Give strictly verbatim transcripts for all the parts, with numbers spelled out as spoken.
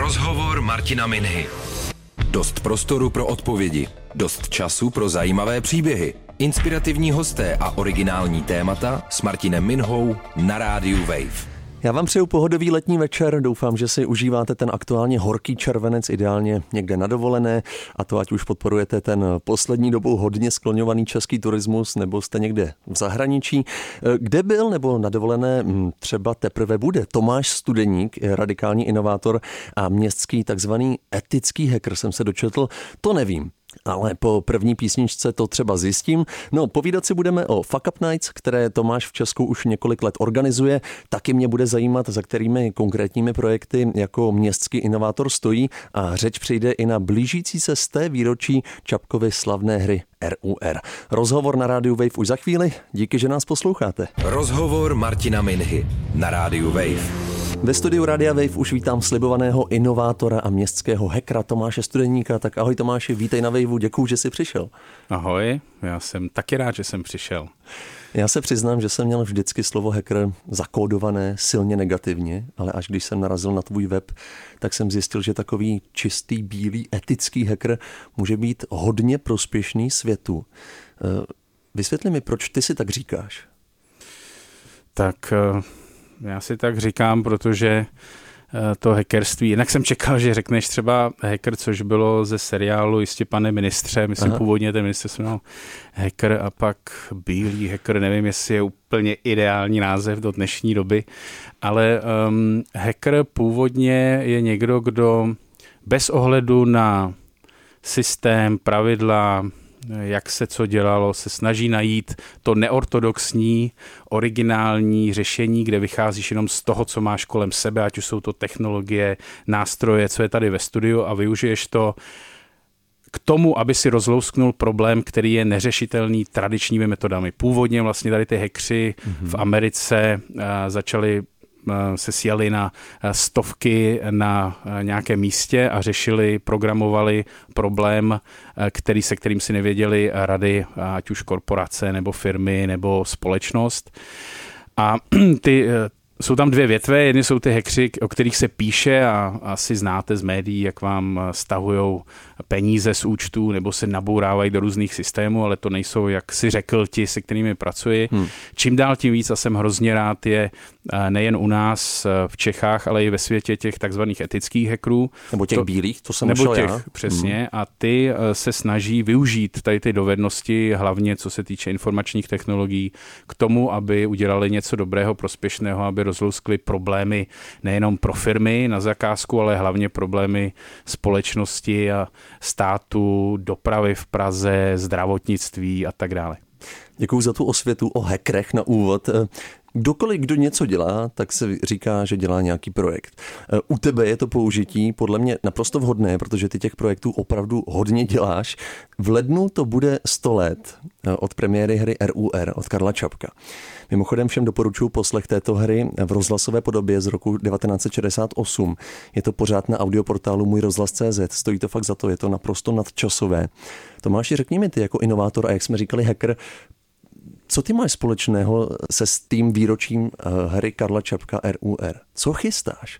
Rozhovor Martina Minhy. Dost prostoru pro odpovědi, dost času pro zajímavé příběhy, inspirativní hosté a originální témata s Martinem Minhou na rádiu Wave. Já vám přeju pohodový letní večer, doufám, že si užíváte ten aktuálně horký červenec, ideálně někde na dovolené, a to ať už podporujete ten poslední dobou hodně skloňovaný český turismus, nebo jste někde v zahraničí. Kde byl nebo na dovolené třeba teprve bude Tomáš Studeník, radikální inovátor a městský takzvaný etický hacker, jsem se dočetl, to nevím. Ale po první písničce to třeba zjistím. No, povídat si budeme o Fuck Up Nights, které Tomáš v Česku už několik let organizuje. Taky mě bude zajímat, za kterými konkrétními projekty jako městský inovátor stojí, a řeč přijde i na blížící se sté výročí Čapkovy slavné hry R U R. Rozhovor na rádiu Wave už za chvíli. Díky, že nás posloucháte. Rozhovor Martina Minhy na rádiu Wave. Ve studiu Rádia Wave už vítám slibovaného inovátora a městského hackera Tomáše Studeníka. Tak ahoj Tomáši, vítej na Waveu, děkuju, že jsi přišel. Ahoj, já jsem taky rád, že jsem přišel. Já se přiznám, že jsem měl vždycky slovo hacker zakódované silně negativně, ale až když jsem narazil na tvůj web, tak jsem zjistil, že takový čistý, bílý, etický hacker může být hodně prospěšný světu. Vysvětli mi, proč ty si tak říkáš. Tak já si tak říkám, protože to hackerství, jinak jsem čekal, že řekneš třeba hacker, což bylo ze seriálu Jistě pane ministře, myslím Aha. původně ten ministr se jmenoval hacker, a pak bílý hacker, nevím, jestli je úplně ideální název do dnešní doby, ale um, hacker původně je někdo, kdo bez ohledu na systém, pravidla, jak se co dělalo, se snaží najít to neortodoxní, originální řešení, kde vycházíš jenom z toho, co máš kolem sebe, ať už jsou to technologie, nástroje, co je tady ve studiu, a využiješ to k tomu, aby si rozlousknul problém, který je neřešitelný tradičními metodami. Původně vlastně tady ty hackři mm-hmm. v Americe uh, začali se sjeli na stovky na nějakém místě a řešili, programovali problém, který, se kterým si nevěděli rady, ať už korporace nebo firmy nebo společnost. A ty jsou tam dvě větve, jedny jsou ty hackři, o kterých se píše a asi znáte z médií, jak vám stahujou peníze z účtů nebo se nabourávají do různých systémů, ale to nejsou, jak si řekl, ti, se kterými pracuji. Hmm. Čím dál tím víc, a jsem hrozně rád, je nejen u nás v Čechách, ale i ve světě těch takzvaných etických hackerů. Nebo těch to, bílých, to jsem Nebo těch, já. přesně. Hmm. A ty se snaží využít tady ty dovednosti, hlavně co se týče informačních technologií, k tomu, aby udělali něco dobrého, prospěšného, aby rozlouskli problémy nejenom pro firmy na zakázku, ale hlavně problémy společnosti a státu, dopravy v Praze, zdravotnictví a tak dále. Děkuju za tu osvětu o hackerech na úvod. Kdokoliv, kdo něco dělá, tak se říká, že dělá nějaký projekt. U tebe je to použití podle mě naprosto vhodné, protože ty těch projektů opravdu hodně děláš. V lednu to bude sto let od premiéry hry R U R od Karla Čapka. Mimochodem všem doporučuji poslech této hry v rozhlasové podobě z roku devatenáct set šedesát osm. Je to pořád na audioportálu můj rozhlas tečka cé zet. Stojí to fakt za to, je to naprosto nadčasové. Tomáši, řekni mi ty jako inovátor a jak jsme říkali hacker, co ty máš společného se s tím výročím hry Karla Čapka R U R? Co chystáš?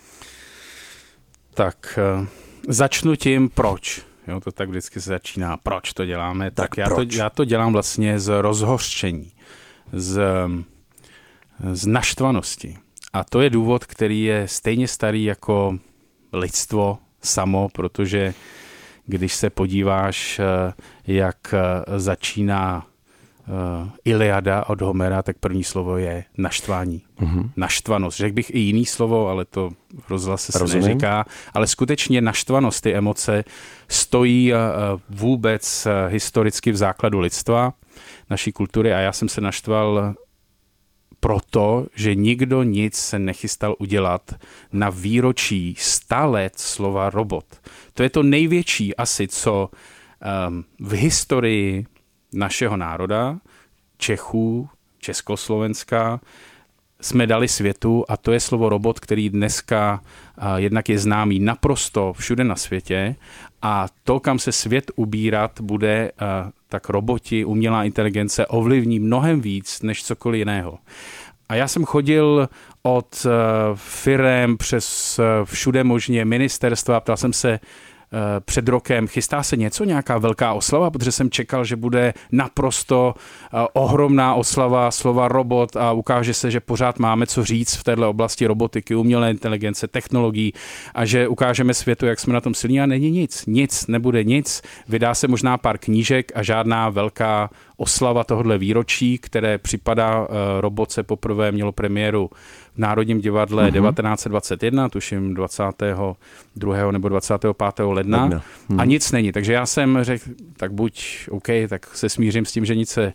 Tak začnu tím, proč. Jo, to tak vždycky se začíná. Proč to děláme? Tak, tak já, to, já to dělám vlastně z rozhořčení, z, z naštvanosti. A to je důvod, který je stejně starý jako lidstvo samo, protože když se podíváš, jak začíná Uh, Iliada od Homera, tak první slovo je naštvání. Uh-huh. Naštvanost. Řekl bych i jiný slovo, ale to v rozhlase se Rozumím. neříká. Ale skutečně naštvanost, ty emoce, stojí uh, vůbec uh, historicky v základu lidstva, naší kultury, a já jsem se naštval proto, že nikdo nic se nechystal udělat na výročí sta let slova robot. To je to největší asi, co um, v historii našeho národa, Čechů, Československa, jsme dali světu, a to je slovo robot, který dneska uh, jednak je známý naprosto všude na světě, a to, kam se svět ubírat bude, uh, tak roboti, umělá inteligence ovlivní mnohem víc než cokoliv jiného. A já jsem chodil od firem přes všude možně ministerstva, ptal jsem se před rokem, chystá se něco, nějaká velká oslava, protože jsem čekal, že bude naprosto ohromná oslava slova robot a ukáže se, že pořád máme co říct v této oblasti robotiky, umělé inteligence, technologií a že ukážeme světu, jak jsme na tom silní a není nic. Nic, nebude nic. Vydá se možná pár knížek a žádná velká oslava tohohle výročí, které připadá, robot se poprvé mělo premiéru v Národním divadle uh-huh. devatenáct set dvacet jedna, tuším dvacátého druhého nebo dvacátého pátého ledna Ledna. Uh-huh. a nic není. Takže já jsem řekl, tak buď OK, tak se smířím s tím, že nic se uh,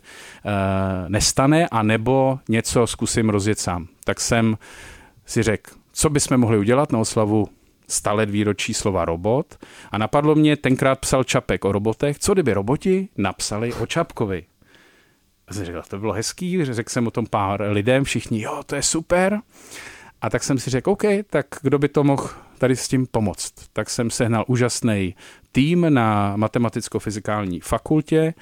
nestane, anebo něco zkusím rozjet sám. Tak jsem si řekl, co bychom mohli udělat na oslavu sto let výročí slova robot a napadlo mě, tenkrát psal Čapek o robotech, co kdyby roboti napsali o Čapkovi. A jsem řekl, to bylo hezký, řekl jsem o tom pár lidem, všichni, jo, to je super. A tak jsem si řekl, OK, tak kdo by to mohl tady s tím pomoct. Tak jsem sehnal úžasný tým na matematicko-fyzikální fakultě.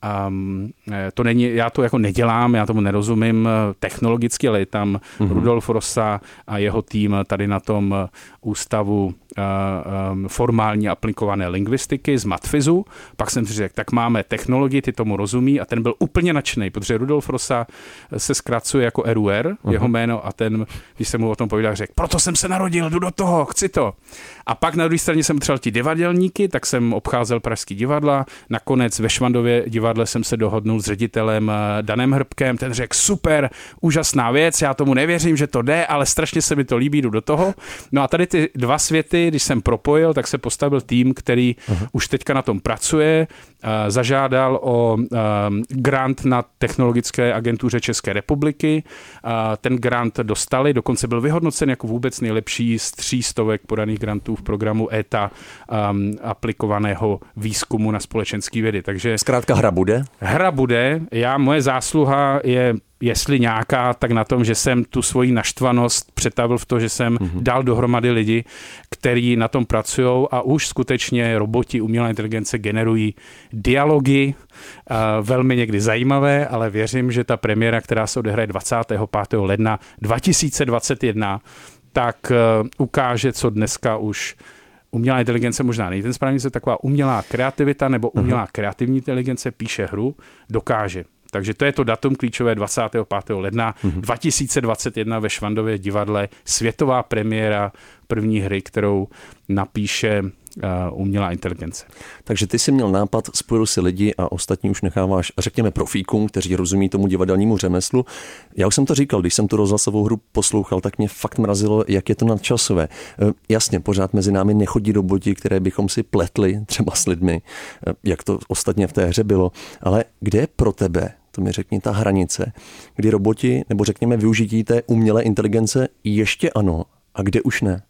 Um, to není, já to jako nedělám, já tomu nerozumím technologicky, ale je tam mm-hmm. Rudolf Rosa a jeho tým tady na tom ústavu uh, um, formální aplikované lingvistiky z Matfizu. Pak jsem si řekl, tak máme technologii, ty tomu rozumí a ten byl úplně nadšený, protože Rudolf Rosa se zkracuje jako R U R, mm-hmm. jeho jméno a ten, když jsem mu o tom povídal, řekl, proto jsem se narodil, jdu do toho, chci to. A pak na druhé straně jsem potřeboval ti divadelníky, tak jsem obcházel pražský divadla, nakonec ve Švandově divadle jsem se dohodnul s ředitelem Danem Hrbkem, ten řekl super, úžasná věc, já tomu nevěřím, že to jde, ale strašně se mi to líbí, jdu do toho. No a tady ty dva světy, když jsem propojil, tak se postavil tým, který uh-huh. už teďka na tom pracuje, uh, zažádal o uh, grant na Technologické agentuře České republiky, uh, ten grant dostali, dokonce byl vyhodnocen jako vůbec nejlepší z tří stovek podaných grantů v programu E T A um, aplikovaného výzkumu na společenské vědy. Takže zkrátka hra bude? Hra bude. Já, moje zásluha je, jestli nějaká, tak na tom, že jsem tu svoji naštvanost přetavil v to, že jsem mm-hmm. dal dohromady lidi, kteří na tom pracují a už skutečně roboti, umělá inteligence generují dialogy, uh, velmi někdy zajímavé, ale věřím, že ta premiéra, která se odehraje dvacátého pátého ledna dva tisíce dvacet jedna, tak uh, ukáže, co dneska už umělá inteligence možná není ten správný, taková umělá kreativita nebo umělá kreativní inteligence píše hru, dokáže. Takže to je to datum klíčové dvacátého pátého ledna mm-hmm. dva tisíce dvacet jedna ve Švandově divadle, světová premiéra první hry, kterou napíše uh, umělá inteligence. Takže ty jsi měl nápad, spojil si lidi a ostatní už necháváš, řekněme, profíkům, kteří rozumí tomu divadelnímu řemeslu. Já už jsem to říkal, když jsem tu rozhlasovou hru poslouchal, tak mě fakt mrazilo, jak je to nadčasové. E, jasně, pořád mezi námi nechodí roboti, které bychom si pletli třeba s lidmi, e, jak to ostatně v té hře bylo, ale kde je pro tebe, to mi řekni, ta hranice, kdy roboti, nebo řekněme využití té umělé inteligence ještě ano, a kde už ne?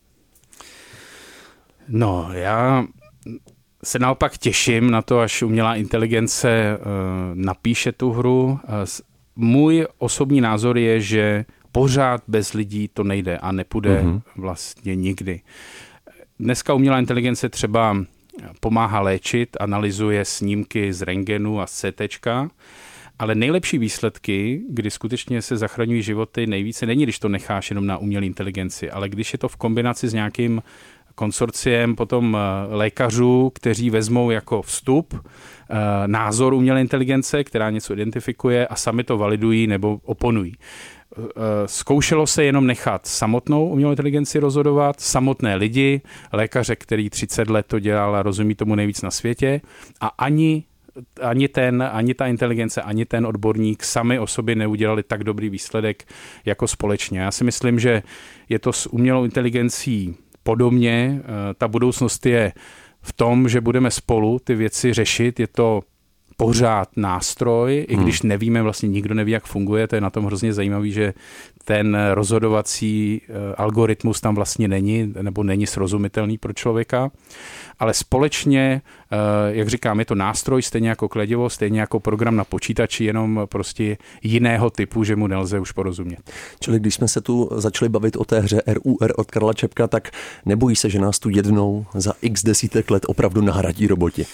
No, já se naopak těším na to, až umělá inteligence uh, napíše tu hru. Uh, můj osobní názor je, že pořád bez lidí to nejde a nepůjde mm-hmm. vlastně nikdy. Dneska umělá inteligence třeba pomáhá léčit, analyzuje snímky z rentgenu a z C T čka, ale nejlepší výsledky, kdy skutečně se zachraňují životy nejvíce, není, když to necháš jenom na umělé inteligenci, ale když je to v kombinaci s nějakým konsorciem potom lékařů, kteří vezmou jako vstup názor umělé inteligence, která něco identifikuje a sami to validují nebo oponují. Zkoušelo se jenom nechat samotnou umělou inteligenci rozhodovat, samotné lidi, lékaře, který třicet let to dělal a rozumí tomu nejvíc na světě a ani ani ten, ani ta inteligence, ani ten odborník sami o sobě neudělali tak dobrý výsledek jako společně. Já si myslím, že je to s umělou inteligencí podobně. Ta budoucnost je v tom, že budeme spolu ty věci řešit. Je to pořád nástroj, i když nevíme, vlastně nikdo neví, jak funguje, to je na tom hrozně zajímavý, že ten rozhodovací algoritmus tam vlastně není, nebo není srozumitelný pro člověka, ale společně, jak říkám, je to nástroj, stejně jako kladivo, stejně jako program na počítači, jenom prostě jiného typu, že mu nelze už porozumět. Čili když jsme se tu začali bavit o té hře R U R od Karla Čepka, tak nebojí se, že nás tu jednou za x desítek let opravdu nahradí roboti?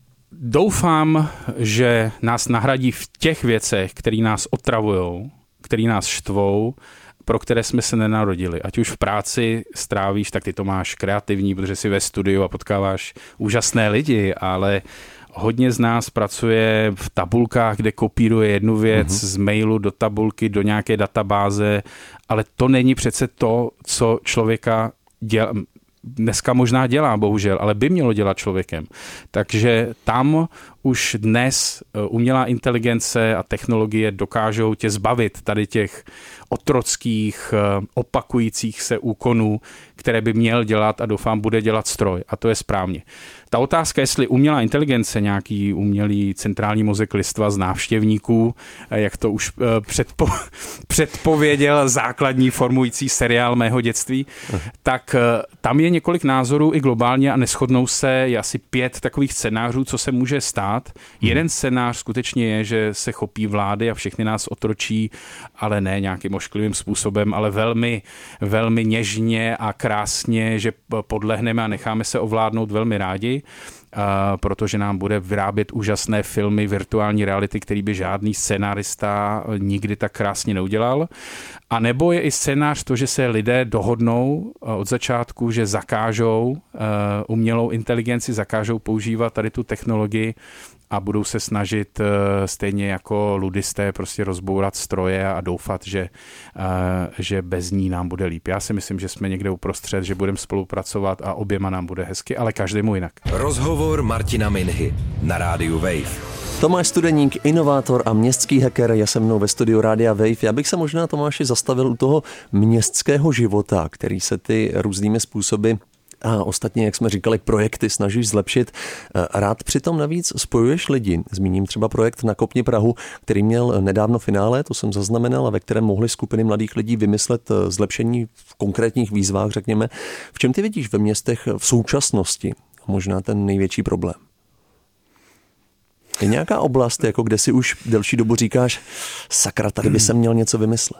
Doufám, že nás nahradí v těch věcech, které nás otravujou, který nás štvou, pro které jsme se nenarodili. Ať už v práci strávíš, tak ty to máš kreativní, protože jsi ve studiu a potkáváš úžasné lidi, ale hodně z nás pracuje v tabulkách, kde kopíruje jednu věc mm-hmm. z mailu do tabulky, do nějaké databáze, ale to není přece to, co člověka dělá. Dneska možná dělá, bohužel, ale by mělo dělat člověkem. Takže tam už dnes umělá inteligence a technologie dokážou tě zbavit tady těch otrockých, opakujících se úkonů, které by měl dělat a doufám bude dělat stroj. A to je správně. Ta otázka, jestli umělá inteligence, nějaký umělý centrální mozek lidstva z návštěvníků, jak to už předpo, předpověděl základní formující seriál mého dětství, tak tam je několik názorů i globálně a neshodnou se, je asi pět takových scénářů, co se může stát. Jeden scénář skutečně je, že se chopí vlády a všechny nás otročí, ale ne nějakým ošklivým způsobem, ale velmi, velmi něžně a krásně, že podlehneme a necháme se ovládnout velmi rádi, protože nám bude vyrábět úžasné filmy virtuální reality, který by žádný scénárista nikdy tak krásně neudělal. A nebo je i scénář to, že se lidé dohodnou od začátku, že zakážou umělou inteligenci, zakážou používat tady tu technologii a budou se snažit stejně jako ludisté prostě rozbourat stroje a doufat, že, že bez ní nám bude líp. Já si myslím, že jsme někde uprostřed, že budeme spolupracovat a oběma nám bude hezky, ale každému jinak. Rozhovor Martina Minhy na rádiu Wave. Tomáš Studeník, inovátor a městský hacker, je se mnou ve studiu Rádia Wave. Já bych se možná, Tomáši, zastavil u toho městského života, který se ty různými způsoby a ostatně, jak jsme říkali, projekty snažíš zlepšit. Rád přitom navíc spojuješ lidi. Zmíním třeba projekt Nakopni Prahu, který měl nedávno finále, to jsem zaznamenal, a ve kterém mohly skupiny mladých lidí vymyslet zlepšení v konkrétních výzvách, řekněme. V čem ty vidíš ve městech v současnosti možná ten největší problém? Je nějaká oblast, jako kde si už delší dobu říkáš, sakra, tady by se měl něco vymyslet?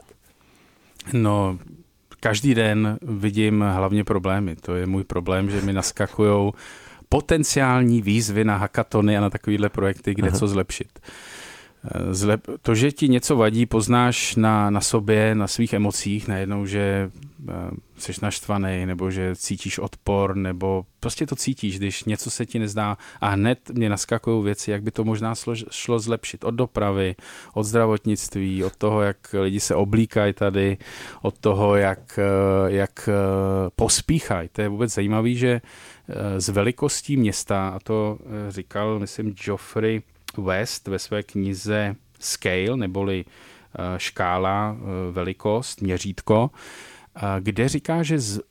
No, každý den vidím hlavně problémy. To je můj problém, že mi naskakujou potenciální výzvy na hackatony a na takovýhle projekty, kde Aha. co zlepšit. Zlep, to, že ti něco vadí, poznáš na, na sobě, na svých emocích, najednou, že jsi naštvaný, nebo že cítíš odpor, nebo prostě to cítíš, když něco se ti nezdá a hned mě naskakují věci, jak by to možná šlo, šlo zlepšit. Od dopravy, od zdravotnictví, od toho, jak lidi se oblíkají tady, od toho, jak, jak pospíchají. To je vůbec zajímavé, že z velikostí města, a to říkal, myslím, Geoffrey West ve své knize Scale, neboli škála, velikost, měřítko, kde říká, že z,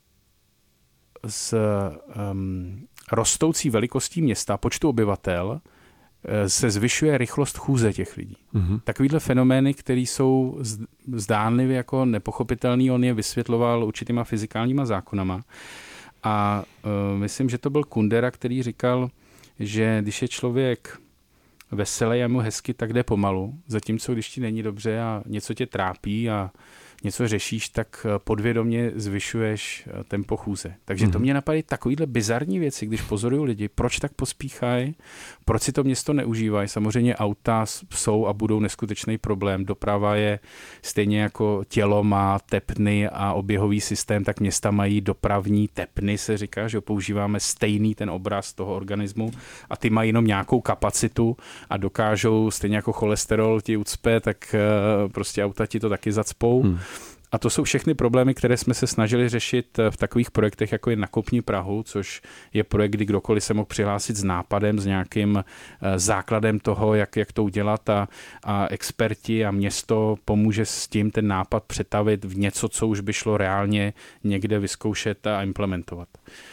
z um, rostoucí velikostí města, počtu obyvatel, se zvyšuje rychlost chůze těch lidí. Mm-hmm. Takovýhle fenomény, které jsou zdánlivě jako nepochopitelný, on je vysvětloval určitýma fyzikálníma zákonama. A uh, myslím, že to byl Kundera, který říkal, že když je člověk veselý a mu hezky, tak jde pomalu. Zatímco, když ti není dobře a něco tě trápí a něco řešíš, tak podvědomě zvyšuješ tempo chůze. Takže to mě napadají takovýhle bizarní věci, když pozoruju lidi, proč tak pospíchají, proč si to město neužívají. Samozřejmě auta jsou a budou neskutečný problém. Doprava je stejně jako tělo má tepny a oběhový systém, tak města mají dopravní tepny, se říká, že používáme stejný ten obraz toho organismu a ty mají jenom nějakou kapacitu a dokážou, stejně jako cholesterol ti ucpe, tak prostě auta ti to taky zacpou. Hmm. A to jsou všechny problémy, které jsme se snažili řešit v takových projektech, jako je Nakopni Prahu, což je projekt, kdy kdokoliv se mohl přihlásit s nápadem, s nějakým základem toho, jak, jak to udělat a, a experti a město pomůže s tím ten nápad přetavit v něco, co už by šlo reálně někde vyzkoušet a implementovat.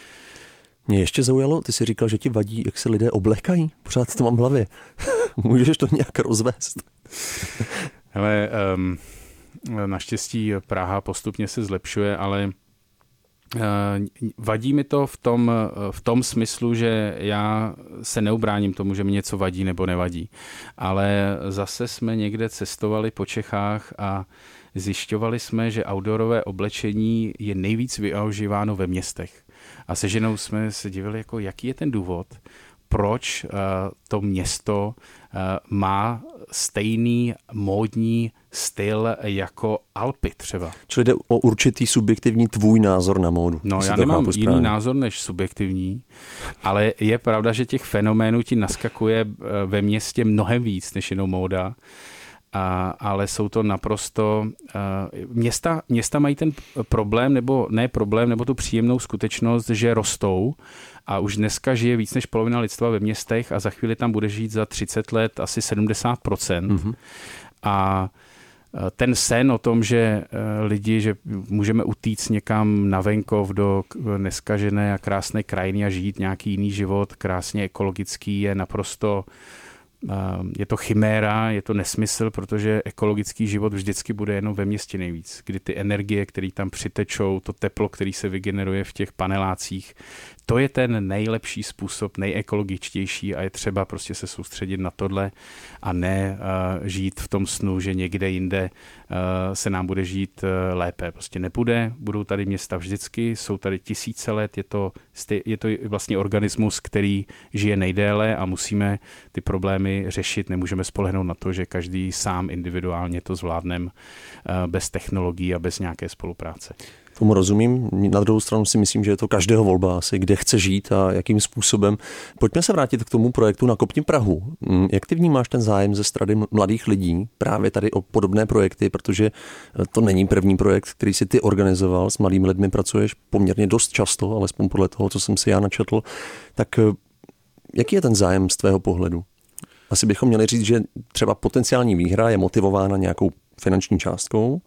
Mě ještě zaujalo, ty jsi říkal, že ti vadí, jak se lidé oblékají. Pořád to mám v hlavě. Můžeš to nějak rozvést? Hele, um, naštěstí Praha postupně se zlepšuje, ale vadí mi to v tom, v tom smyslu, že já se neubráním tomu, že mi něco vadí nebo nevadí. Ale zase jsme někde cestovali po Čechách a zjišťovali jsme, že outdoorové oblečení je nejvíc využíváno ve městech. A se ženou jsme se divili, jako jaký je ten důvod, proč to město má stejný módní styl jako Alpy třeba. Čili jde o určitý subjektivní tvůj názor na módu. No já nemám jiný názor než subjektivní, ale je pravda, že těch fenoménů ti naskakuje ve městě mnohem víc než jenom móda. A, ale jsou to naprosto... Uh, města, města mají ten problém, nebo ne problém, nebo tu příjemnou skutečnost, že rostou a už dneska žije víc než polovina lidstva ve městech a za chvíli tam bude žít za třicet let asi sedmdesát procent. Mm-hmm. A ten sen o tom, že lidi, že můžeme utíct někam na venkov do neskažené a krásné krajiny a žít nějaký jiný život, krásně ekologický, je naprosto... Je to chiméra, je to nesmysl, protože ekologický život vždycky bude jenom ve městě nejvíc, kdy ty energie, které tam přitečou, to teplo, který se vygeneruje v těch panelácích, to je ten nejlepší způsob, nejekologičtější a je třeba prostě se soustředit na tohle a ne uh, žít v tom snu, že někde jinde uh, se nám bude žít uh, lépe. Prostě nebude, budou tady města vždycky, jsou tady tisíce let, je to, je to vlastně organismus, který žije nejdéle a musíme ty problémy řešit, nemůžeme spolehnout na to, že každý sám individuálně to zvládneme uh, bez technologií a bez nějaké spolupráce. Tomu rozumím. Na druhou stranu si myslím, že je to každého volba asi, kde chce žít a jakým způsobem. Pojďme se vrátit k tomu projektu Nakopni Prahu. Jak ty vnímáš ten zájem ze strany mladých lidí právě tady o podobné projekty, protože to není první projekt, který si ty organizoval, s mladými lidmi pracuješ poměrně dost často, alespoň podle toho, co jsem si já načetl. Tak jaký je ten zájem z tvého pohledu? Asi bychom měli říct, že třeba potenciální výhra je motivována nějakou finanční částkou.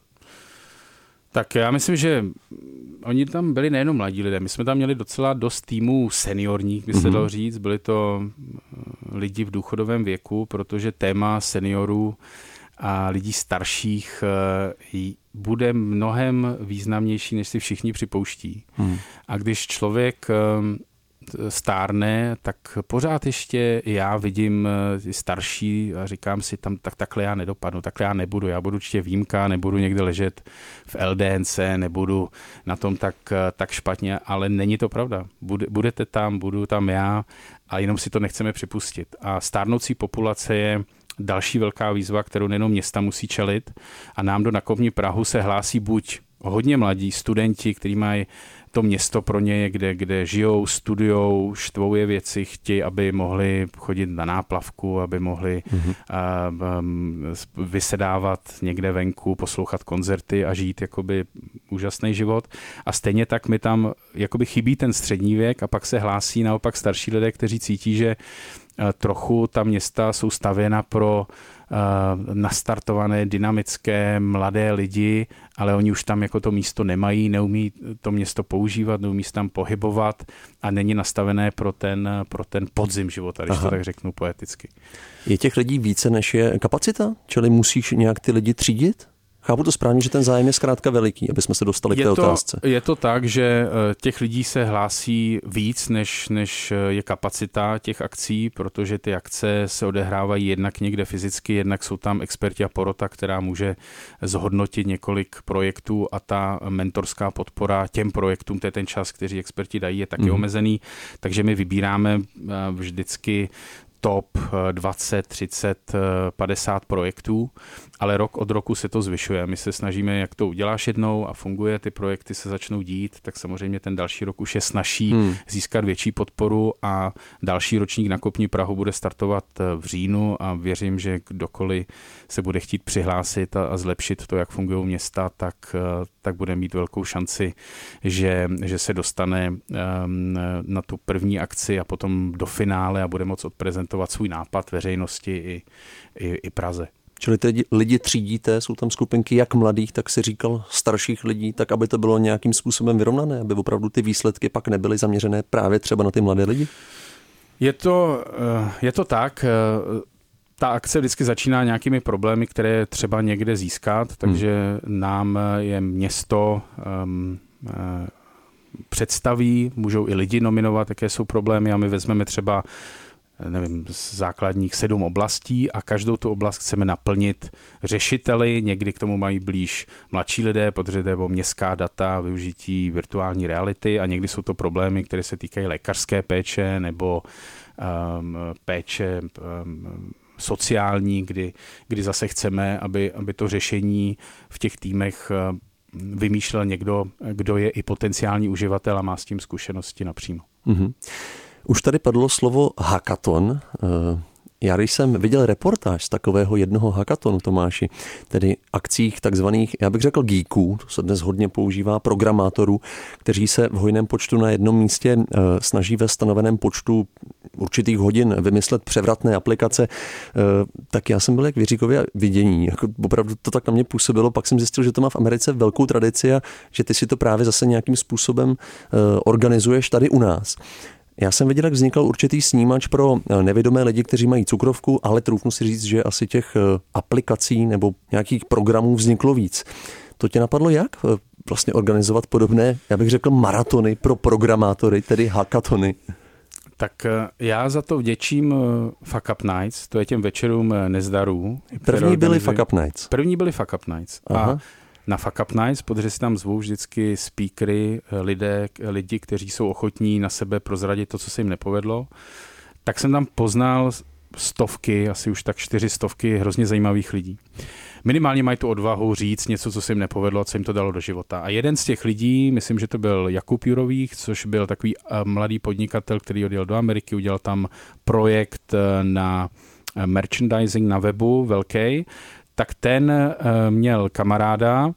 Tak já myslím, že oni tam byli nejenom mladí lidé, my jsme tam měli docela dost týmů seniorních, by se mm-hmm. dalo říct, byli to lidi v důchodovém věku, protože téma seniorů a lidí starších bude mnohem významnější, než si všichni připouští. Mm. A když člověk stárne, tak pořád ještě já vidím starší a říkám si, tam, tak takhle já nedopadnu, takhle já nebudu, já budu určitě výjimka, nebudu někde ležet v el dé en cé, nebudu na tom tak, tak špatně, ale není to pravda. Bude, budete tam, budu tam já a jenom si to nechceme připustit. A stárnoucí populace je další velká výzva, kterou nejenom města musí čelit a nám do Nakopni Prahu se hlásí buď hodně mladí studenti, kteří mají to město pro ně, kde, kde žijou, studujou, štvou je věci, chtějí, aby mohli chodit na náplavku, aby mohli mm-hmm. uh, um, vysedávat někde venku, poslouchat koncerty a žít jakoby úžasný život. A stejně tak mi tam jakoby chybí ten střední věk a pak se hlásí naopak starší lidé, kteří cítí, že uh, trochu ta města jsou stavěna pro Uh, nastartované, dynamické, mladé lidi, ale oni už tam jako to místo nemají, neumí to město používat, neumí se tam pohybovat a není nastavené pro ten, pro ten podzim života, když Aha. to tak řeknu poeticky. Je těch lidí více, než je kapacita? Čili musíš nějak ty lidi třídit? Chápu to správně, že ten zájem je zkrátka veliký, aby jsme se dostali je k té to, otázce. Je to tak, že těch lidí se hlásí víc, než, než je kapacita těch akcí, protože ty akce se odehrávají jednak někde fyzicky, jednak jsou tam experti a porota, která může zhodnotit několik projektů a ta mentorská podpora těm projektům, to je ten čas, který experti dají, je taky mm. omezený, takže my vybíráme vždycky top dvacet, třicet, padesát projektů, ale rok od roku se to zvyšuje. My se snažíme, jak to uděláš jednou a funguje, ty projekty se začnou dít, tak samozřejmě ten další rok už je snazší hmm. získat větší podporu a další ročník Nakopni Prahu bude startovat v říjnu a věřím, že kdokoliv se bude chtít přihlásit a, a zlepšit to, jak fungují města, tak, tak bude mít velkou šanci, že, že se dostane um, na tu první akci a potom do finále a bude moct odprezentovat svůj nápad veřejnosti i, i, i Praze. Čili ty lidi třídíte, jsou tam skupinky jak mladých, tak si říkal starších lidí, tak aby to bylo nějakým způsobem vyrovnané, aby opravdu ty výsledky pak nebyly zaměřené právě třeba na ty mladé lidi? Je to, je to tak. Ta akce vždycky začíná nějakými problémy, které třeba někde získat, takže hmm. nám je město um, uh, představí, můžou i lidi nominovat, jaké jsou problémy a my vezmeme třeba nevím, základních sedm oblastí a každou tu oblast chceme naplnit řešiteli, někdy k tomu mají blíž mladší lidé, protože jde o městská data, využití virtuální reality a někdy jsou to problémy, které se týkají lékařské péče nebo um, péče um, sociální, kdy, kdy zase chceme, aby, aby to řešení v těch týmech vymýšlel někdo, kdo je i potenciální uživatel a má s tím zkušenosti napřímo. Mm-hmm. Už tady padlo slovo hackathon. Já když jsem viděl reportáž z takového jednoho hackathonu, Tomáši, tedy akcích takzvaných, já bych řekl geeků, to se dnes hodně používá, programátorů, kteří se v hojném počtu na jednom místě snaží ve stanoveném počtu určitých hodin vymyslet převratné aplikace, tak já jsem byl jak v Jiříkově vidění. Jako opravdu to tak na mě působilo, pak jsem zjistil, že to má v Americe velkou tradici a že ty si to právě zase nějakým způsobem organizuješ tady u nás. Já jsem viděl, jak vznikl určitý snímač pro nevědomé lidi, kteří mají cukrovku, ale troufnu si říct, že asi těch aplikací nebo nějakých programů vzniklo víc. To tě napadlo jak vlastně organizovat podobné, já bych řekl, maratony pro programátory, tedy hackathony? Tak já za to vděčím Fuck Up Nights, to je těm večerům nezdarů. První byly Fuck Up Nights. První byly Fuck Up Nights. Aha. A na Fuck Up Nights, protože si tam zvou vždycky speakery, lidé, lidi, kteří jsou ochotní na sebe prozradit to, co se jim nepovedlo, tak jsem tam poznal stovky, asi už tak čtyři stovky hrozně zajímavých lidí. Minimálně mají tu odvahu říct něco, co se jim nepovedlo, co jim to dalo do života. A jeden z těch lidí, myslím, že to byl Jakub Jurových, což byl takový mladý podnikatel, který odjel do Ameriky, udělal tam projekt na merchandising na webu velký, tak ten měl kamaráda,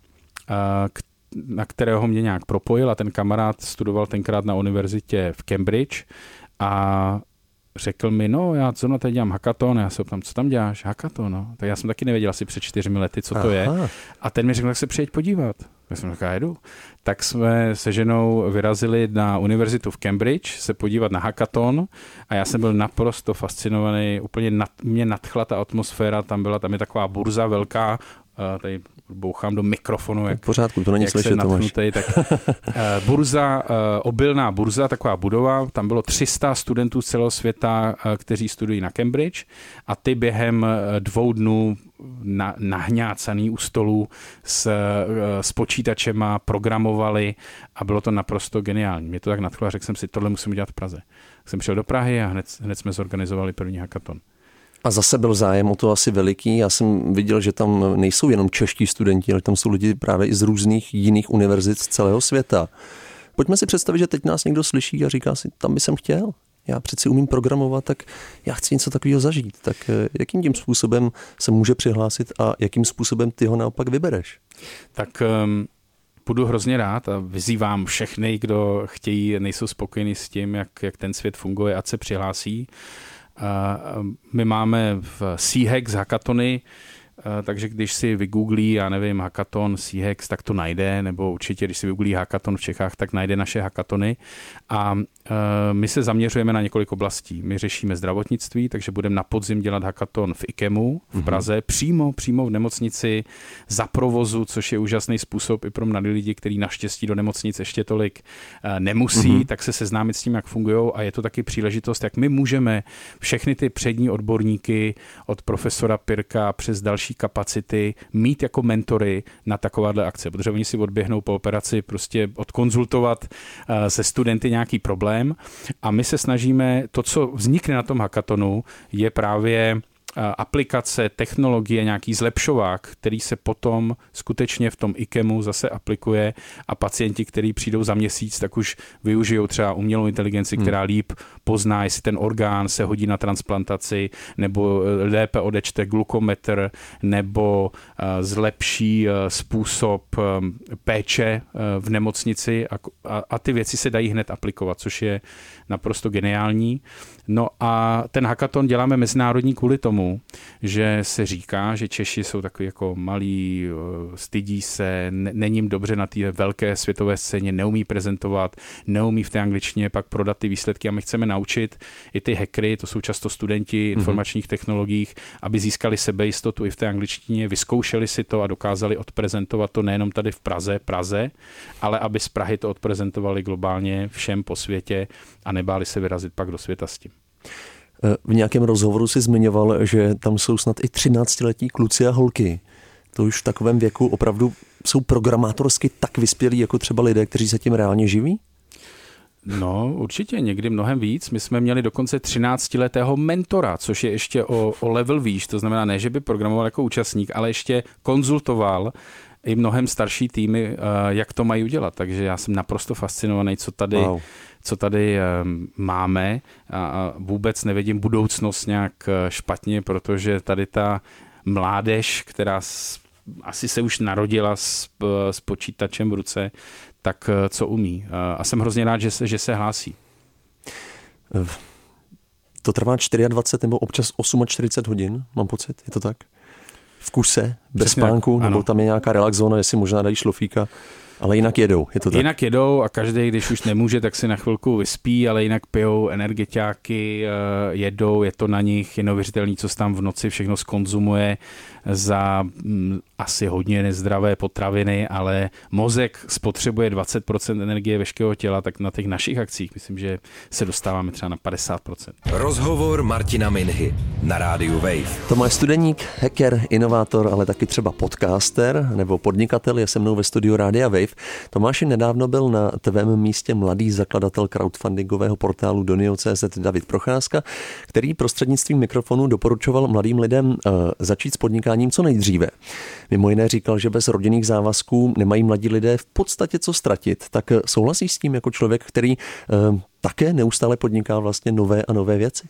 na kterého mě nějak propojil a ten kamarád studoval tenkrát na univerzitě v Cambridge a řekl mi, no já zrovna tady dělám hackathon, já se ptám, co tam děláš? Hackathon, no. Tak já jsem taky nevěděl asi před čtyřmi lety, co to Aha. je. A ten mi řekl, tak se přijeď podívat. Já jsem říkal, jedu. Tak jsme se ženou vyrazili na univerzitu v Cambridge se podívat na hackathon a já jsem byl naprosto fascinovaný, úplně nad, mě nadchla ta atmosféra, tam byla, tam je taková burza velká, tady bouchám do mikrofonu, jak, v pořádku, to není jak slyšet, jsem natchnutý, tak uh, burza, uh, obilná burza, taková budova, tam bylo tři sta studentů z celého světa, uh, kteří studují na Cambridge a ty během uh, dvou dnů na, nahňácaný u stolů s, uh, s počítačema programovali a bylo to naprosto geniální. Mě to tak nadchlo a řekl jsem si, tohle musím udělat v Praze. Tak jsem šel do Prahy a hned, hned jsme zorganizovali první hackathon. A zase byl zájem o to asi veliký. Já jsem viděl, že tam nejsou jenom čeští studenti, ale tam jsou lidi právě i z různých jiných univerzit z celého světa. Pojďme si představit, že teď nás někdo slyší a říká si, tam by jsem chtěl. Já přeci umím programovat, tak já chci něco takového zažít. Tak jakým tím způsobem se může přihlásit a jakým způsobem ty ho naopak vybereš? Tak um... budu hrozně rád a vyzývám všechny, kdo chtějí, nejsou spokojení s tím, jak, jak ten svět funguje, ať se přihlásí. My máme v C-Hex hackathony, takže když si vygooglí, já nevím, hackathon C-Hex, tak to najde, nebo určitě, když si vygooglí hackathon v Čechách, tak najde naše hackathony. A my se zaměřujeme na několik oblastí. My řešíme zdravotnictví, takže budeme na podzim dělat hackathon v IKEMu v Praze, mm-hmm. přímo, přímo v nemocnici za provozu, což je úžasný způsob i pro mladí lidi, kteří naštěstí do nemocnic ještě tolik nemusí, mm-hmm. tak se seznámit s tím, jak fungují a je to taky příležitost, jak my můžeme všechny ty přední odborníky od profesora Pirka přes další kapacity mít jako mentory na takováhle akce, protože oni si odběhnou po operaci prostě odkonzultovat se studenty nějaký problém a my se snažíme, to, co vznikne na tom hackathonu, je právě aplikace, technologie, nějaký zlepšovák, který se potom skutečně v tom IKEMu zase aplikuje a pacienti, kteří přijdou za měsíc, tak už využijou třeba umělou inteligenci, hmm. která líp pozná, jestli ten orgán se hodí na transplantaci, nebo lépe odečte glukometr, nebo zlepší způsob péče v nemocnici a, a, a ty věci se dají hned aplikovat, což je naprosto geniální. No a ten hackathon děláme mezinárodní kvůli tomu, že se říká, že Češi jsou takový jako malí, stydí se, není jim dobře na té velké světové scéně, neumí prezentovat, neumí v té angličtině pak prodat ty výsledky a my chceme naučit i ty hackery, to jsou často studenti informačních mm-hmm. technologiích, aby získali sebejistotu i v té angličtině, vyzkoušeli si to a dokázali odprezentovat to nejenom tady v Praze, Praze, ale aby z Prahy to odprezentovali globálně všem po světě a nebáli se vyrazit pak do světa s tím. V nějakém rozhovoru si zmiňoval, že tam jsou snad i třináctiletí kluci a holky. To už v takovém věku opravdu jsou programátorsky tak vyspělí, jako třeba lidé, kteří se tím reálně živí? No, určitě, někdy mnohem víc. My jsme měli dokonce třináctiletého mentora, což je ještě o, o level výš, to znamená ne, že by programoval jako účastník, ale ještě konzultoval i mnohem starší týmy, jak to mají udělat. Takže já jsem naprosto fascinovaný, co tady, wow. co tady máme a vůbec nevidím budoucnost nějak špatně, protože tady ta mládež, která asi se už narodila s, s počítačem v ruce, tak co umí. A jsem hrozně rád, že se, že se hlásí. To trvá dvacet čtyři nebo občas čtyřicet osm hodin, mám pocit, je to tak? V kuse, bez Přesně spánku, tak, nebo ano. Tam je nějaká relax zóna, jestli možná dají šlofíka, ale jinak jedou, je to tak? Jinak jedou a každý, když už nemůže, tak si na chvilku vyspí, ale jinak pijou energetiáky, jedou, je to na nich, je neuvěřitelný, co se tam v noci všechno skonzumuje za m, asi hodně nezdravé potraviny, ale mozek spotřebuje dvacet procent energie veškerého těla, tak na těch našich akcích myslím, že se dostáváme třeba na padesát procent. Rozhovor Martina Minhy na rádiu Wave. Tomáš Studeník, hacker, inovátor, ale taky třeba podcaster nebo podnikatel je se mnou ve studiu Rádia Wave. Tomáši, nedávno byl na tvém místě mladý zakladatel crowdfundingového portálu Donio tečka cé zet David Procházka, který prostřednictvím mikrofonu doporučoval mladým lidem uh, začít s podnikáním co nejdříve. Mimo jiné říkal, že bez rodinných závazků nemají mladí lidé v podstatě co ztratit. Tak souhlasíš s tím jako člověk, který uh, také neustále podniká vlastně nové a nové věci?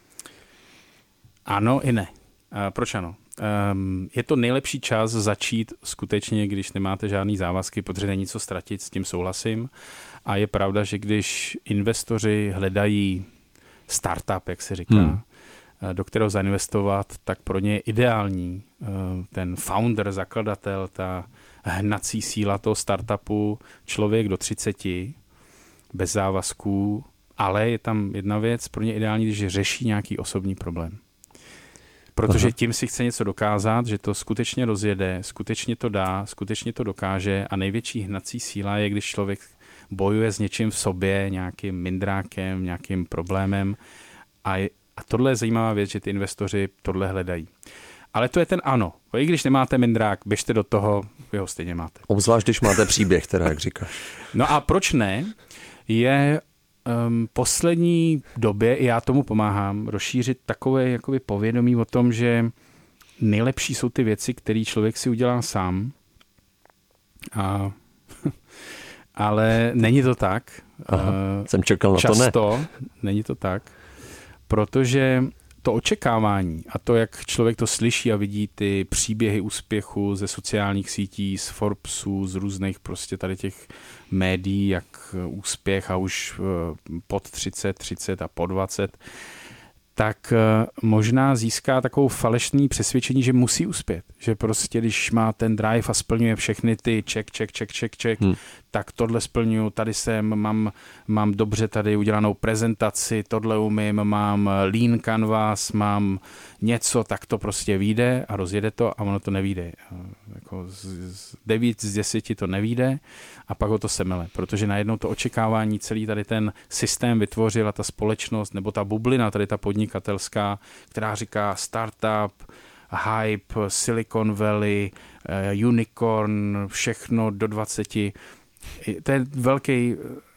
Ano i ne. Uh, proč ano? Um, je to nejlepší čas začít skutečně, když nemáte žádný závazky, protože není co ztratit, s tím souhlasím. A je pravda, že když investoři hledají startup, jak se říká, hmm. do kterého zainvestovat, tak pro ně je ideální ten founder, zakladatel, ta hnací síla toho startupu, člověk do třiceti, bez závazků, ale je tam jedna věc, pro ně ideální, když řeší nějaký osobní problém. Protože Aha. tím si chce něco dokázat, že to skutečně rozjede, skutečně to dá, skutečně to dokáže a největší hnací síla je, když člověk bojuje s něčím v sobě, nějakým mindrákem, nějakým problémem a, je, a tohle je zajímavá věc, že ty investoři tohle hledají. Ale to je ten ano. I když nemáte mindrák, běžte do toho, vy ho stejně máte. Obzvlášť, když máte příběh, teda, jak říkáš. No a proč ne? Je um, poslední době, i já tomu pomáhám, rozšířit takové jakoby povědomí o tom, že nejlepší jsou ty věci, které člověk si udělá sám. A, ale není to tak. Aha, uh, jsem čekal na často, to ne. Není to tak, protože to očekávání a to, jak člověk to slyší a vidí ty příběhy úspěchu ze sociálních sítí, z Forbesu, z různých prostě tady těch médií, jak úspěch a už pod třicet, třicet a po dvacet, tak možná získá takovou falešný přesvědčení, že musí uspět. Že prostě, když má ten drive a splňuje všechny ty check, check, check, check, check, hmm. tak tohle splňuju, tady jsem, mám, mám dobře tady udělanou prezentaci, tohle umím, mám lean canvas, mám něco, tak to prostě vyjde a rozjede to a ono to nevyjde. Jako z, z devět z deseti to nevyjde a pak ho to semele, protože najednou to očekávání, celý tady ten systém vytvořila ta společnost nebo ta bublina, tady ta podnikatelská, která říká startup, hype, Silicon Valley, unicorn, všechno do dvaceti. To je velký,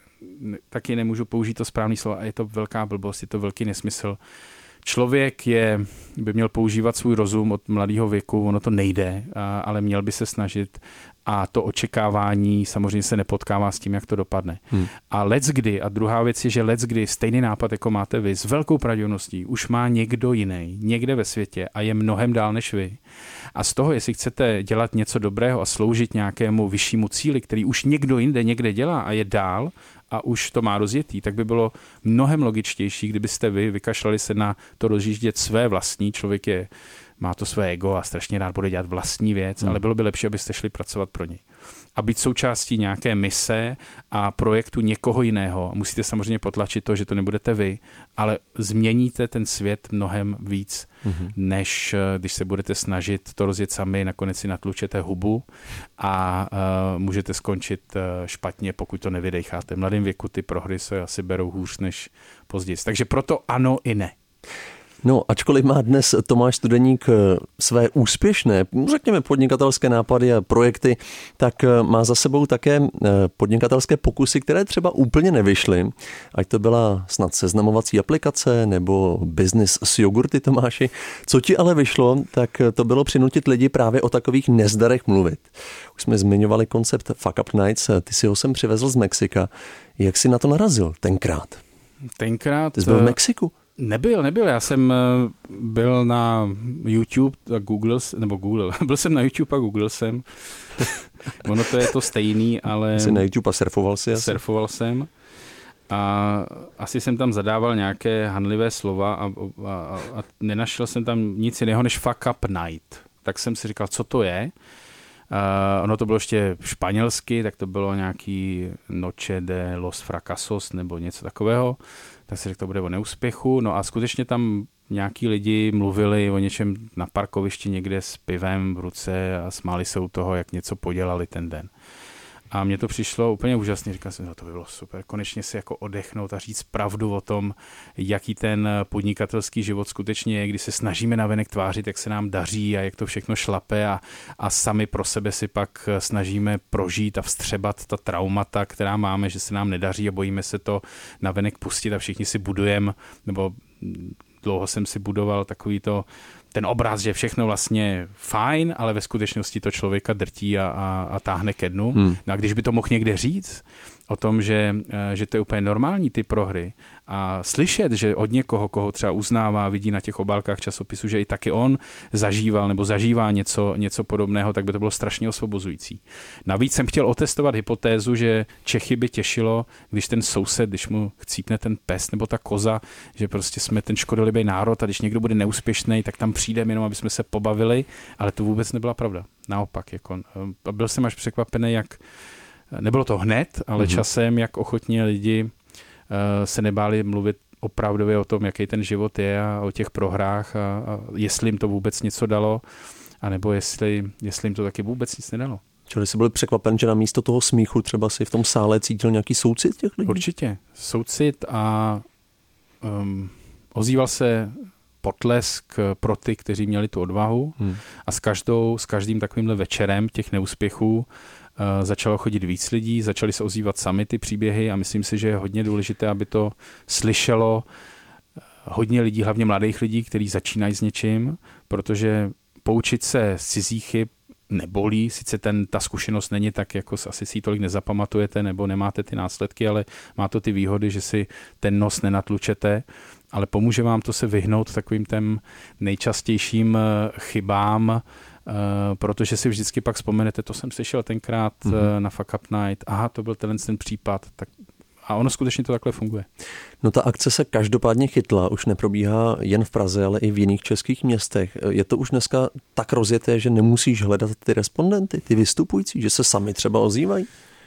taky nemůžu použít to správné slovo, a je to velká blbost, je to velký nesmysl. Člověk je, by měl používat svůj rozum od mladého věku, ono to nejde, ale měl by se snažit a to očekávání samozřejmě se nepotkává s tím, jak to dopadne. Hmm. A leckdy, a druhá věc je, že leckdy stejný nápad, jako máte vy, s velkou pravděpodobností už má někdo jiný, někde ve světě a je mnohem dál než vy. A z toho, jestli chcete dělat něco dobrého a sloužit nějakému vyššímu cíli, který už někdo jinde někde dělá a je dál a už to má rozjetý, tak by bylo mnohem logičtější, kdybyste vy vykašlali se na to rozjíždět své vlastní, člověk je má to své ego a strašně rád bude dělat vlastní věc, hmm. ale bylo by lepší, abyste šli pracovat pro něj. A být součástí nějaké mise a projektu někoho jiného. Musíte samozřejmě potlačit to, že to nebudete vy, ale změníte ten svět mnohem víc, hmm. než když se budete snažit to rozjet sami, nakonec si natlučete hubu a uh, můžete skončit uh, špatně, pokud to nevydecháte. V mladém věku ty prohry se asi berou hůř než později. Takže proto ano i ne. No, ačkoliv má dnes Tomáš Studeník své úspěšné, řekněme podnikatelské nápady a projekty, tak má za sebou také podnikatelské pokusy, které třeba úplně nevyšly. Ať to byla snad seznamovací aplikace nebo business s jogurty, Tomáši. Co ti ale vyšlo, tak to bylo přinutit lidi právě o takových nezdarech mluvit. Už jsme zmiňovali koncept Fuck Up Nights, ty si ho sem přivezl z Mexika. Jak jsi na to narazil tenkrát? Tenkrát... Ty jsi byl v Mexiku? Nebyl, nebyl. Já jsem byl na YouTube a Google, nebo Google, byl jsem na YouTube a Google jsem. Ono to je to stejný, ale... Jsi na YouTube a surfoval si asi? Surfoval jsem. A asi jsem tam zadával nějaké hanlivé slova a, a, a nenašel jsem tam nic jiného než Fuck Up Night. Tak jsem si říkal, co to je. Uh, ono to bylo ještě španělsky, tak to bylo nějaký Noche de los Fracasos nebo něco takového. Tak si řekl, to bude o neúspěchu. No a skutečně tam nějaký lidi mluvili o něčem na parkovišti někde s pivem v ruce a smáli se u toho, jak něco podělali ten den. A mně to přišlo úplně úžasně. Říkal jsem, no to by bylo super. Konečně si jako odechnout a říct pravdu o tom, jaký ten podnikatelský život skutečně je, kdy se snažíme navenek tvářit, jak se nám daří a jak to všechno šlape a, a sami pro sebe si pak snažíme prožít a vstřebat ta traumata, která máme, že se nám nedaří a bojíme se to navenek pustit a všichni si budujeme, nebo dlouho jsem si budoval takový to ten obraz, že všechno vlastně fajn, ale ve skutečnosti to člověka drtí a, a, a táhne ke dnu. Hmm. No a když by to mohl někde říct o tom, že, že to je úplně normální ty prohry a slyšet, že od někoho, koho třeba uznává, vidí na těch obálkách časopisu, že i taky on zažíval nebo zažívá něco, něco podobného, tak by to bylo strašně osvobozující. Navíc jsem chtěl otestovat hypotézu, že Čechy by těšilo, když ten soused, když mu chcípne ten pes nebo ta koza, že prostě jsme ten škodolibý národ a když někdo bude neúspěšný, tak tam přijdeme jenom, aby jsme se pobavili, ale to vůbec nebyla pravda. Naopak, jako, byl jsem až překvapený, jak nebylo to hned, ale mm-hmm. časem, jak ochotně lidi uh, se nebáli mluvit opravdově o tom, jaký ten život je a o těch prohrách a, a jestli jim to vůbec něco dalo, anebo jestli, jestli jim to taky vůbec nic nedalo. Čili jsi byl překvapen, že na místo toho smíchu třeba si v tom sále cítil nějaký soucit těch lidí? Určitě. Soucit a um, ozýval se potlesk pro ty, kteří měli tu odvahu hmm. a s, každou, s každým takovýmhle večerem těch neúspěchů uh, začalo chodit víc lidí, začali se ozývat sami ty příběhy a myslím si, že je hodně důležité, aby to slyšelo hodně lidí, hlavně mladých lidí, kteří začínají s něčím, protože poučit se z cizích chyb nebolí, sice ten, ta zkušenost není tak, jako asi si ji tolik nezapamatujete nebo nemáte ty následky, ale má to ty výhody, že si ten nos nenatlučete, ale pomůže vám to se vyhnout takovým těm nejčastějším chybám, protože si vždycky pak vzpomenete, to jsem slyšel tenkrát mm-hmm. na Fuck Up Night, aha, to byl tenhle ten případ, tak a ono skutečně to takhle funguje. No ta akce se každopádně chytla, už neprobíhá jen v Praze, ale i v jiných českých městech. Je to už dneska tak rozjeté, že nemusíš hledat ty respondenty, ty vystupující, že se sami třeba ozývají?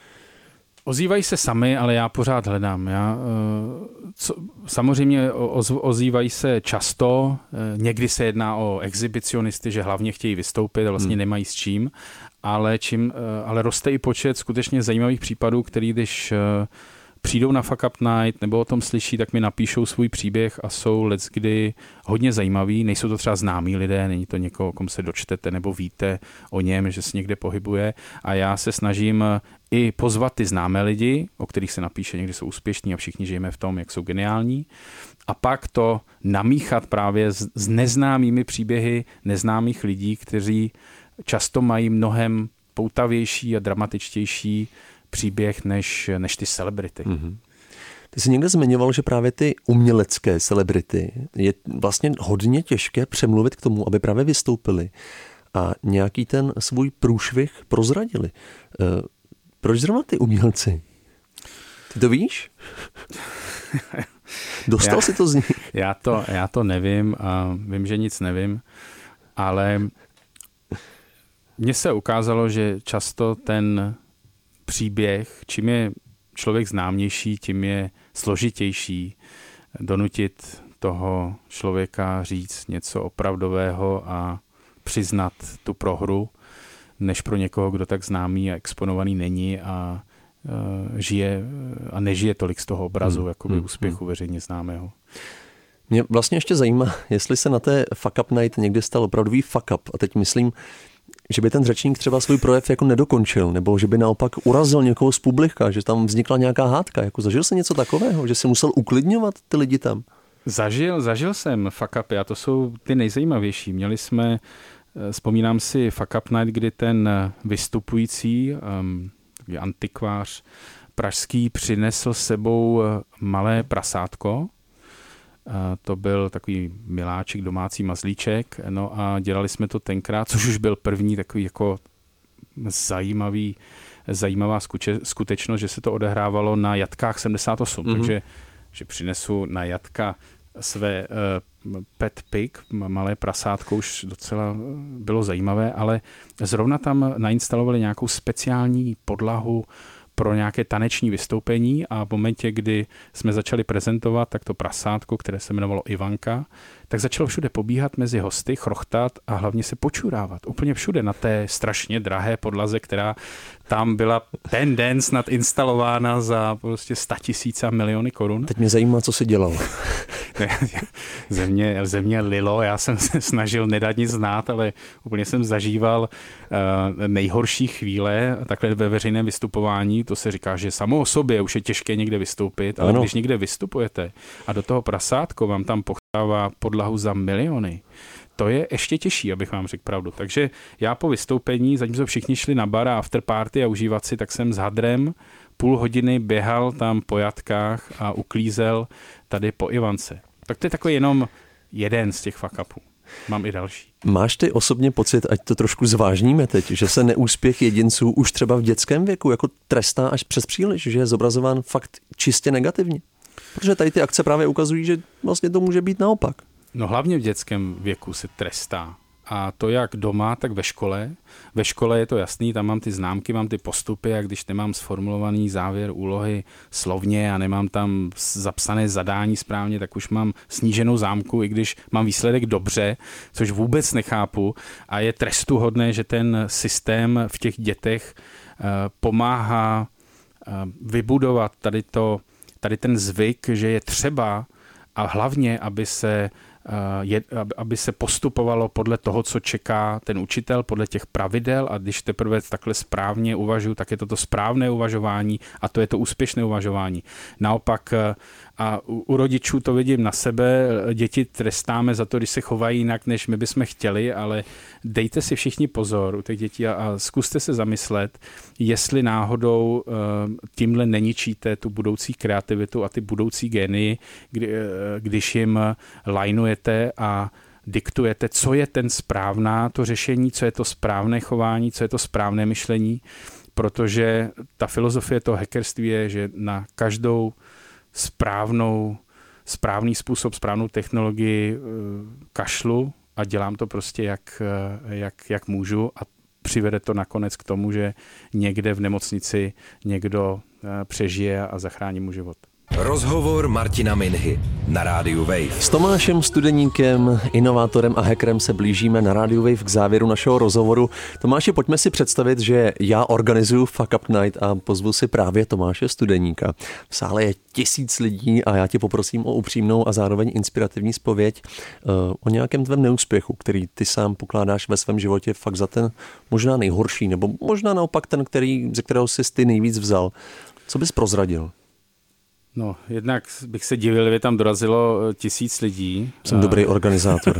Ozývají se sami, ale já pořád hledám. Já, co, samozřejmě oz, ozývají se často, někdy se jedná o exhibicionisty, že hlavně chtějí vystoupit a vlastně hmm. nemají s čím, ale, čím, ale roste i počet skutečně zajímavých případů, který když přijdou na Fuck Up Night nebo o tom slyší, tak mi napíšou svůj příběh a jsou leckdy hodně zajímaví. Nejsou to třeba známí lidé, není to někoho, o kom se dočtete nebo víte o něm, že se někde pohybuje. A já se snažím i pozvat ty známé lidi, o kterých se napíše, někdy jsou úspěšní a všichni žijeme v tom, jak jsou geniální. A pak to namíchat právě s, s neznámými příběhy neznámých lidí, kteří často mají mnohem poutavější a dramatičtější příběh než, než ty celebrity. Mm-hmm. Ty jsi někde zmiňoval, že právě ty umělecké celebrity je vlastně hodně těžké přemluvit k tomu, aby právě vystoupili a nějaký ten svůj průšvih prozradili. E, proč zrovna ty umělci? Ty to víš? Dostal já, si to z nich? Já to, já to nevím a vím, že nic nevím, ale mně se ukázalo, že často ten příběh, čím je člověk známější, tím je složitější donutit toho člověka říct něco opravdového a přiznat tu prohru, než pro někoho, kdo tak známý a exponovaný není a uh, žije a nežije tolik z toho obrazu, hmm. jakoby úspěchu hmm. veřejně známého. Mě vlastně ještě zajímá, jestli se na té Fuck Up Night někdy stal opravdový fuck up. A teď myslím, že by ten řečník třeba svůj projev jako nedokončil, nebo že by naopak urazil někoho z publika, že tam vznikla nějaká hádka. Jako zažil jsi něco takového, že jsi musel uklidňovat ty lidi tam? Zažil, zažil jsem fuck upy a to jsou ty nejzajímavější. Měli jsme, vzpomínám si Fuck Up Night, kdy ten vystupující um, antikvář pražský přinesl s sebou malé prasátko. To byl takový miláček, domácí mazlíček, no a dělali jsme to tenkrát, což už byl první takový jako zajímavý, zajímavá skutečnost, že se to odehrávalo na jatkách sedmdesát osm, mm-hmm. takže že přinesu na jatka své uh, pet pig, malé prasátko, už docela bylo zajímavé, ale zrovna tam nainstalovali nějakou speciální podlahu pro nějaké taneční vystoupení a v momentě, kdy jsme začali prezentovat, tak to prasátko, které se jmenovalo Ivanka, tak začalo všude pobíhat mezi hosty, chrochtat a hlavně se počurávat. Úplně všude na té strašně drahé podlaze, která tam byla ten den snad instalována za prostě statisíce a miliony korun. Teď mě zajímá, co se dělalo. země, země lilo, já jsem se snažil nedat nic znát, ale úplně jsem zažíval uh, nejhorší chvíle takhle ve veřejném vystupování. To se říká, že samo o sobě už je těžké někde vystoupit, ale ano. Když někde vystupujete a do toho prasátko vám tam pochává podlahu za miliony, to je ještě těžší, abych vám řekl pravdu. Takže já po vystoupení, zatímco všichni šli na bar a afterparty a užívat si, tak jsem s hadrem půl hodiny běhal tam po jatkách a uklízel tady po Ivance. Tak to je takový jenom jeden z těch fuck upů. Mám i další. Máš ty osobně pocit, ať to trošku zvážníme teď, že se neúspěch jedinců už třeba v dětském věku jako trestá až přes příliš, že je zobrazován fakt čistě negativně? Protože tady ty akce právě ukazují, že vlastně to může být naopak. No hlavně v dětském věku se trestá. A to jak doma, tak ve škole. Ve škole je to jasný, tam mám ty známky, mám ty postupy a když nemám sformulovaný závěr úlohy slovně a nemám tam zapsané zadání správně, tak už mám sníženou zámku, i když mám výsledek dobře, což vůbec nechápu a je trestuhodné, že ten systém v těch dětech pomáhá vybudovat tady, to, tady ten zvyk, že je třeba a hlavně, aby se Je, aby se postupovalo podle toho, co čeká ten učitel, podle těch pravidel a když teprve takhle správně uvažuju, tak je to to správné uvažování a to je to úspěšné uvažování. Naopak a u, u rodičů to vidím na sebe, děti trestáme za to, když se chovají jinak, než my bychom chtěli, ale dejte si všichni pozor u těch dětí a, a zkuste se zamyslet, jestli náhodou uh, tímhle neničíte tu budoucí kreativitu a ty budoucí gény, kdy, uh, když jim lajnujete a diktujete, co je ten správná to řešení, co je to správné chování, co je to správné myšlení, protože ta filozofie toho hackerství je, že na každou správnou, správný způsob, správnou technologii kašlu a dělám to prostě jak, jak, jak můžu a přivede to nakonec k tomu, že někde v nemocnici někdo přežije a zachrání mu život. Rozhovor Martina Minhy na rádiu Wave. S Tomášem Studeníkem, inovátorem a hackerem se blížíme na rádiu Wave k závěru našeho rozhovoru. Tomáši, pojďme si představit, že já organizuju Fuck Up Night a pozvu si právě Tomáše Studeníka. V sále je tisíc lidí a já tě poprosím o upřímnou a zároveň inspirativní zpověď o nějakém tvém neúspěchu, který ty sám pokládáš ve svém životě fakt za ten možná nejhorší, nebo možná naopak ten, který, ze kterého jsi ty nejvíc vzal. Co bys prozradil? No, jednak bych se divil, kdyby tam dorazilo tisíc lidí. Jsem dobrý organizátor.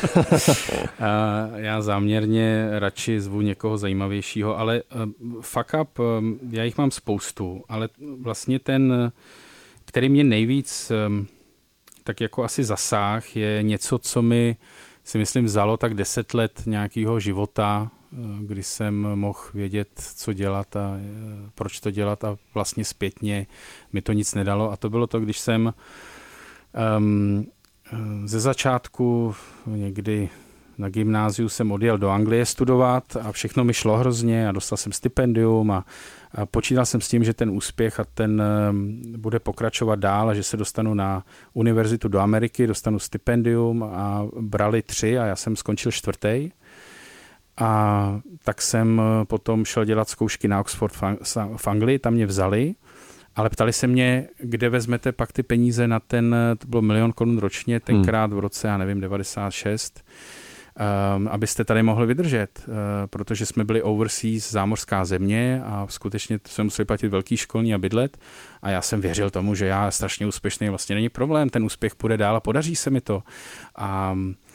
Já záměrně radši zvu někoho zajímavějšího, ale fuck up, já jich mám spoustu, ale vlastně ten, který mě nejvíc tak jako asi zasáh, je něco, co mi si myslím vzalo tak deset let nějakého života, kdy jsem mohl vědět, co dělat a proč to dělat a vlastně zpětně mi to nic nedalo. A to bylo to, když jsem um, ze začátku někdy na gymnáziu jsem odjel do Anglie studovat a všechno mi šlo hrozně a dostal jsem stipendium a, a počítal jsem s tím, že ten úspěch a ten um, bude pokračovat dál a že se dostanu na univerzitu do Ameriky, dostanu stipendium a brali tři a já jsem skončil čtvrtý. A tak jsem potom šel dělat zkoušky na Oxford v Anglii, tam mě vzali ale ptali se mě, kde vezmete pak ty peníze na ten, to bylo milion korun ročně, tenkrát v roce, já nevím, devadesát šest, Um, abyste tady mohli vydržet, uh, protože jsme byli overseas, zámořská země a skutečně jsme museli platit velký školní a bydlet a já jsem věřil tomu, že já strašně úspěšný, vlastně není problém, ten úspěch půjde dál a podaří se mi to. A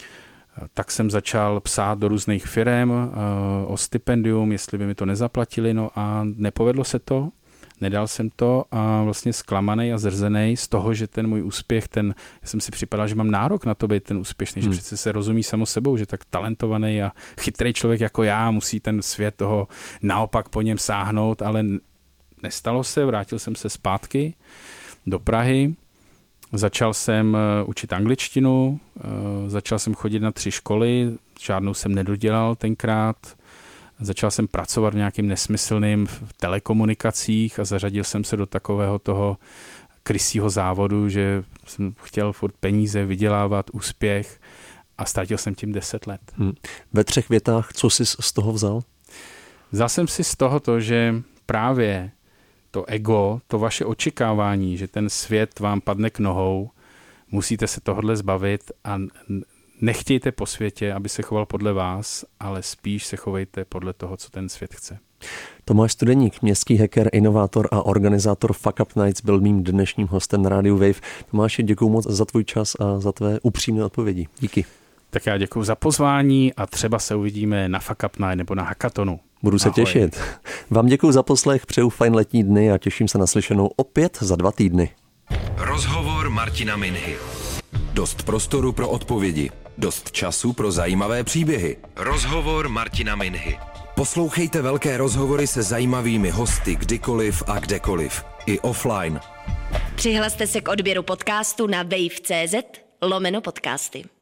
tak jsem začal psát do různých firem uh, o stipendium, jestli by mi to nezaplatili, no a nepovedlo se to. Nedal jsem to a vlastně zklamanej a zrzenej z toho, že ten můj úspěch, ten, já jsem si připadal, že mám nárok na to být ten úspěšný, hmm. že přece se rozumí samo sebou, že tak talentovaný a chytrý člověk jako já musí ten svět toho naopak po něm sáhnout, ale nestalo se, vrátil jsem se zpátky do Prahy, začal jsem učit angličtinu, začal jsem chodit na tři školy, žádnou jsem nedodělal tenkrát, začal jsem pracovat v nějakým nesmyslným v telekomunikacích a zařadil jsem se do takového toho krysího závodu, že jsem chtěl furt peníze, vydělávat, úspěch a ztratil jsem tím deset let. Hmm. Ve třech větách, co jsi z toho vzal? Vzal jsem si z toho to, že právě to ego, to vaše očekávání, že ten svět vám padne k nohou, musíte se tohodle zbavit a nechtějte po světě, aby se choval podle vás, ale spíš se chovejte podle toho, co ten svět chce. Tomáš Studeník, městský hacker, inovátor a organizátor Fuck Up Nights, byl mým dnešním hostem na rádiu Wave. Tomáši, děkuju moc za tvůj čas a za tvé upřímné odpovědi. Díky. Tak já děkuju za pozvání a třeba se uvidíme na Fuck Up Night nebo na Hackatonu. Budu se Ahoj. těšit. Vám děkuju za poslech, přeju fajn letní dny a těším se na slyšenou opět za dva týdny. Rozhovor Martina Minhy. Dost prostoru pro odpovědi. Dost času pro zajímavé příběhy. Rozhovor Martina Minhy. Poslouchejte velké rozhovory se zajímavými hosty kdykoliv a kdekoliv. I offline. Přihlaste se k odběru podcastu na wave tečka cz lomeno podcasty.